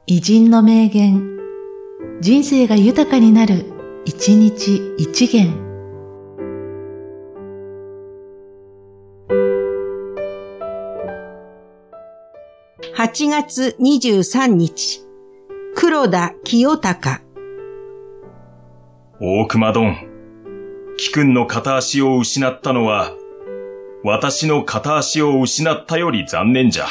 偉人の名言、人生が豊かになる、一日一元。 8月23日、黒田清隆。 大隈どん、貴君の片足を失ったのは、私の片足を失ったより残念じゃ。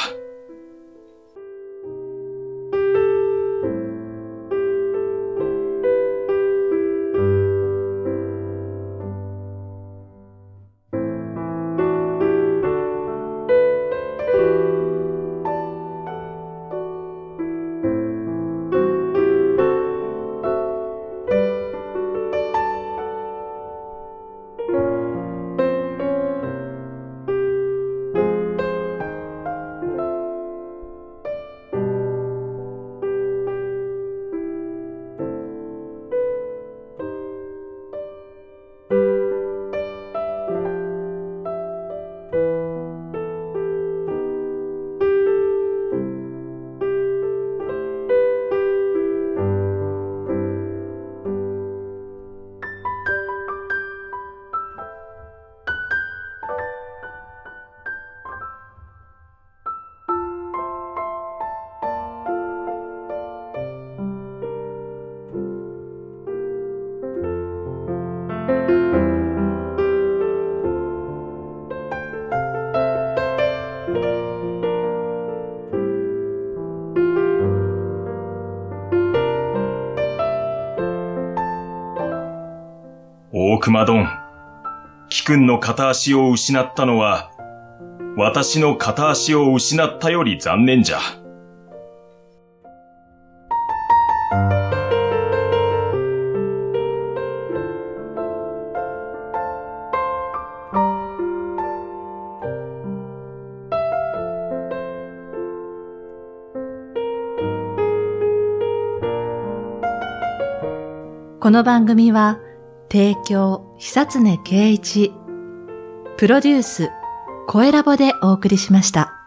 大隈どん、貴君の片足を失ったのは、私の片足を失ったより残念じゃ。 この番組は、提供久常圭一、プロデュース声ラボでお送りしました。